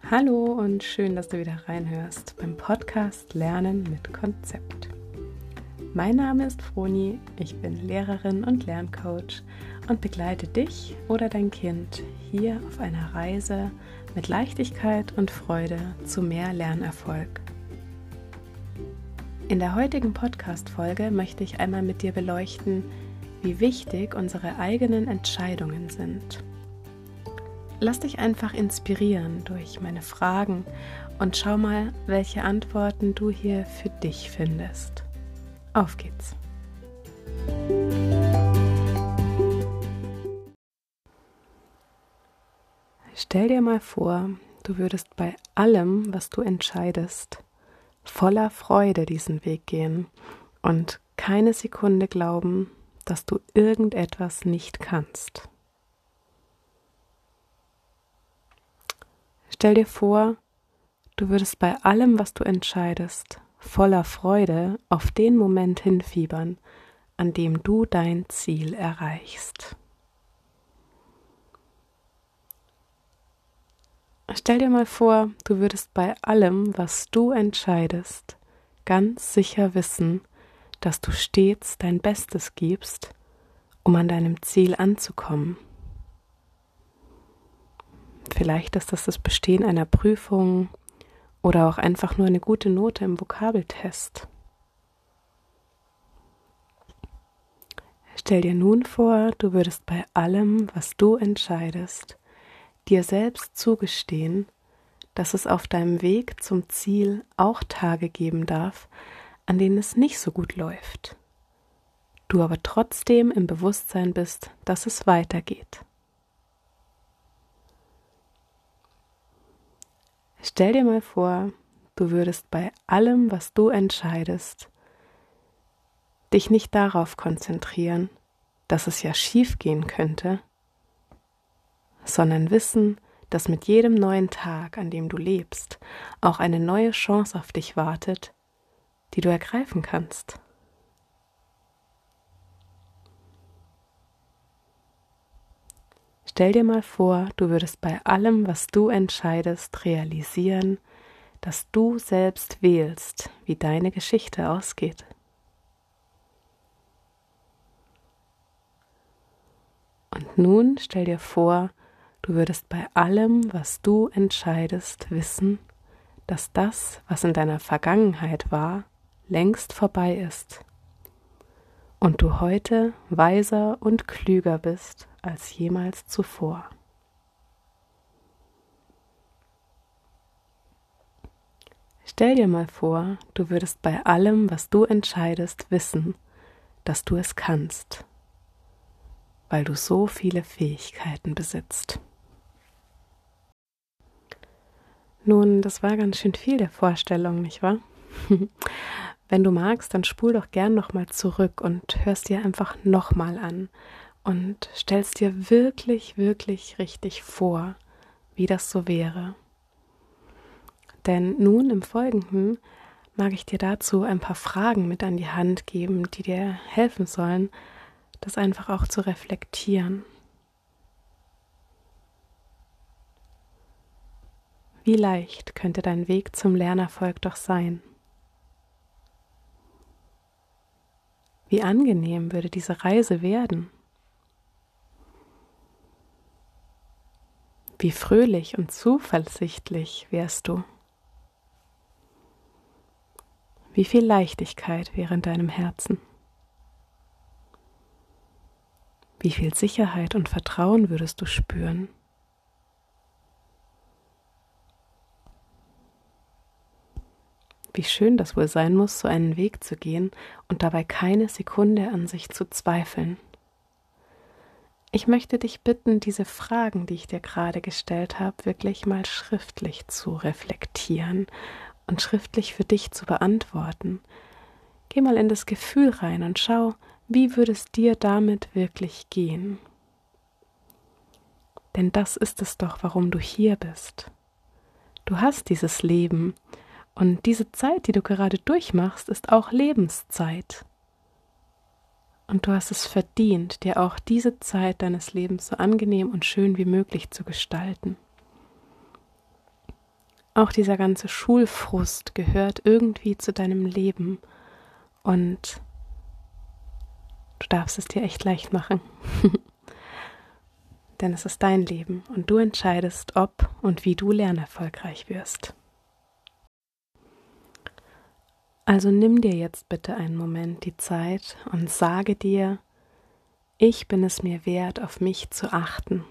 Hallo und schön, dass du wieder reinhörst beim Podcast Lernen mit Konzept. Mein Name ist Froni, ich bin Lehrerin und Lerncoach und begleite dich oder dein Kind hier auf einer Reise mit Leichtigkeit und Freude zu mehr Lernerfolg. In der heutigen Podcast-Folge möchte ich einmal mit dir beleuchten, wie wichtig unsere eigenen Entscheidungen sind. Lass dich einfach inspirieren durch meine Fragen und schau mal, welche Antworten du hier für dich findest. Auf geht's! Stell dir mal vor, du würdest bei allem, was du entscheidest, voller Freude diesen Weg gehen und keine Sekunde glauben, dass du irgendetwas nicht kannst. Stell dir vor, du würdest bei allem, was du entscheidest, voller Freude auf den Moment hinfiebern, an dem du dein Ziel erreichst. Stell dir mal vor, du würdest bei allem, was du entscheidest, ganz sicher wissen, dass du stets dein Bestes gibst, um an deinem Ziel anzukommen. Vielleicht ist das Bestehen einer Prüfung oder auch einfach nur eine gute Note im Vokabeltest. Stell dir nun vor, du würdest bei allem, was du entscheidest, dir selbst zugestehen, dass es auf deinem Weg zum Ziel auch Tage geben darf, an denen es nicht so gut läuft. Du aber trotzdem im Bewusstsein bist, dass es weitergeht. Stell dir mal vor, du würdest bei allem, was du entscheidest, dich nicht darauf konzentrieren, dass es ja schief gehen könnte, sondern wissen, dass mit jedem neuen Tag, an dem du lebst, auch eine neue Chance auf dich wartet, die du ergreifen kannst. Stell dir mal vor, du würdest bei allem, was du entscheidest, realisieren, dass du selbst wählst, wie deine Geschichte ausgeht. Und nun stell dir vor, du würdest bei allem, was du entscheidest, wissen, dass das, was in deiner Vergangenheit war, längst vorbei ist und du heute weiser und klüger bist als jemals zuvor. Stell dir mal vor, du würdest bei allem, was du entscheidest, wissen, dass du es kannst, weil du so viele Fähigkeiten besitzt. Nun, das war ganz schön viel der Vorstellung, nicht wahr? Wenn du magst, dann spul doch gern nochmal zurück und hörst dir einfach nochmal an und stellst dir wirklich, wirklich richtig vor, wie das so wäre. Denn nun im Folgenden mag ich dir dazu ein paar Fragen mit an die Hand geben, die dir helfen sollen, das einfach auch zu reflektieren. Wie leicht könnte dein Weg zum Lernerfolg doch sein? Wie angenehm würde diese Reise werden? Wie fröhlich und zuversichtlich wärst du? Wie viel Leichtigkeit wäre in deinem Herzen? Wie viel Sicherheit und Vertrauen würdest du spüren? Wie schön das wohl sein muss, so einen Weg zu gehen und dabei keine Sekunde an sich zu zweifeln. Ich möchte dich bitten, diese Fragen, die ich dir gerade gestellt habe, wirklich mal schriftlich zu reflektieren und schriftlich für dich zu beantworten. Geh mal in das Gefühl rein und schau, wie würde es dir damit wirklich gehen? Denn das ist es doch, warum du hier bist. Du hast dieses Leben und diese Zeit, die du gerade durchmachst, ist auch Lebenszeit. Und du hast es verdient, dir auch diese Zeit deines Lebens so angenehm und schön wie möglich zu gestalten. auch dieser ganze Schulfrust gehört irgendwie zu deinem Leben und du darfst es dir echt leicht machen. Denn es ist dein Leben und du entscheidest, ob und wie du lernerfolgreich wirst. Also nimm dir jetzt bitte einen Moment die Zeit und sage dir, ich bin es mir wert, auf mich zu achten.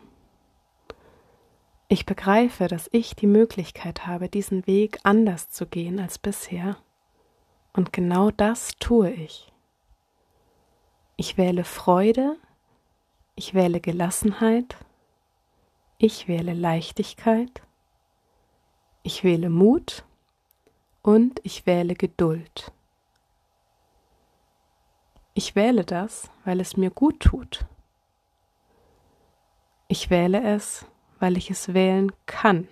Ich begreife, dass ich die Möglichkeit habe, diesen Weg anders zu gehen als bisher. Und genau das tue ich. Ich wähle Freude, ich wähle Gelassenheit, ich wähle Leichtigkeit, ich wähle Mut und ich wähle Geduld. Ich wähle das, weil es mir gut tut. Ich wähle es, weil ich es wählen kann.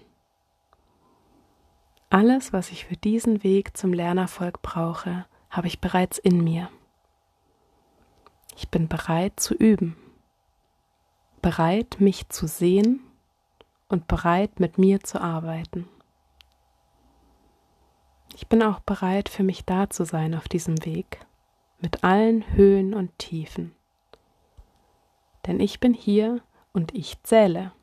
Alles, was ich für diesen Weg zum Lernerfolg brauche, habe ich bereits in mir. Ich bin bereit zu üben, bereit, mich zu sehen und bereit, mit mir zu arbeiten. Ich bin auch bereit, für mich da zu sein auf diesem Weg, mit allen Höhen und Tiefen. Denn ich bin hier und ich zähle.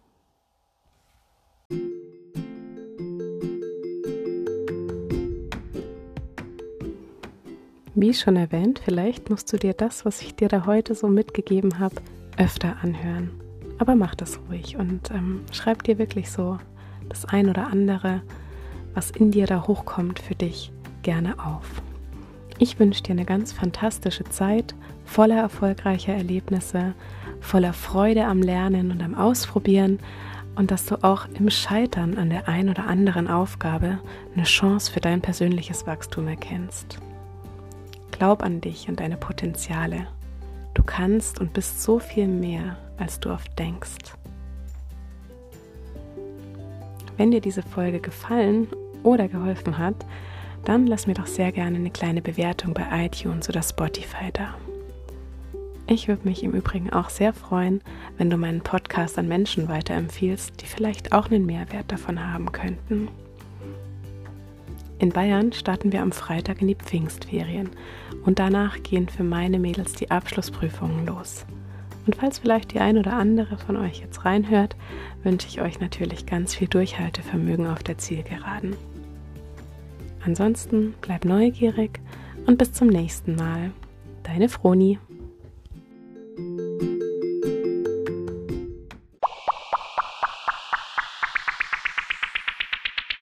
Wie schon erwähnt, vielleicht musst du dir das, was ich dir da heute so mitgegeben habe, öfter anhören. Aber mach das ruhig und schreib dir wirklich so das ein oder andere, was in dir da hochkommt, für dich gerne auf. Ich wünsche dir eine ganz fantastische Zeit, voller erfolgreicher Erlebnisse, voller Freude am Lernen und am Ausprobieren und dass du auch im Scheitern an der ein oder anderen Aufgabe eine Chance für dein persönliches Wachstum erkennst. Glaub an dich und deine Potenziale. Du kannst und bist so viel mehr, als du oft denkst. Wenn dir diese Folge gefallen oder geholfen hat, dann lass mir doch sehr gerne eine kleine Bewertung bei iTunes oder Spotify da. Ich würde mich im Übrigen auch sehr freuen, wenn du meinen Podcast an Menschen weiterempfiehlst, die vielleicht auch einen Mehrwert davon haben könnten. In Bayern starten wir am Freitag in die Pfingstferien und danach gehen für meine Mädels die Abschlussprüfungen los. Und falls vielleicht die ein oder andere von euch jetzt reinhört, wünsche ich euch natürlich ganz viel Durchhaltevermögen auf der Zielgeraden. Ansonsten bleib neugierig und bis zum nächsten Mal. Deine Froni.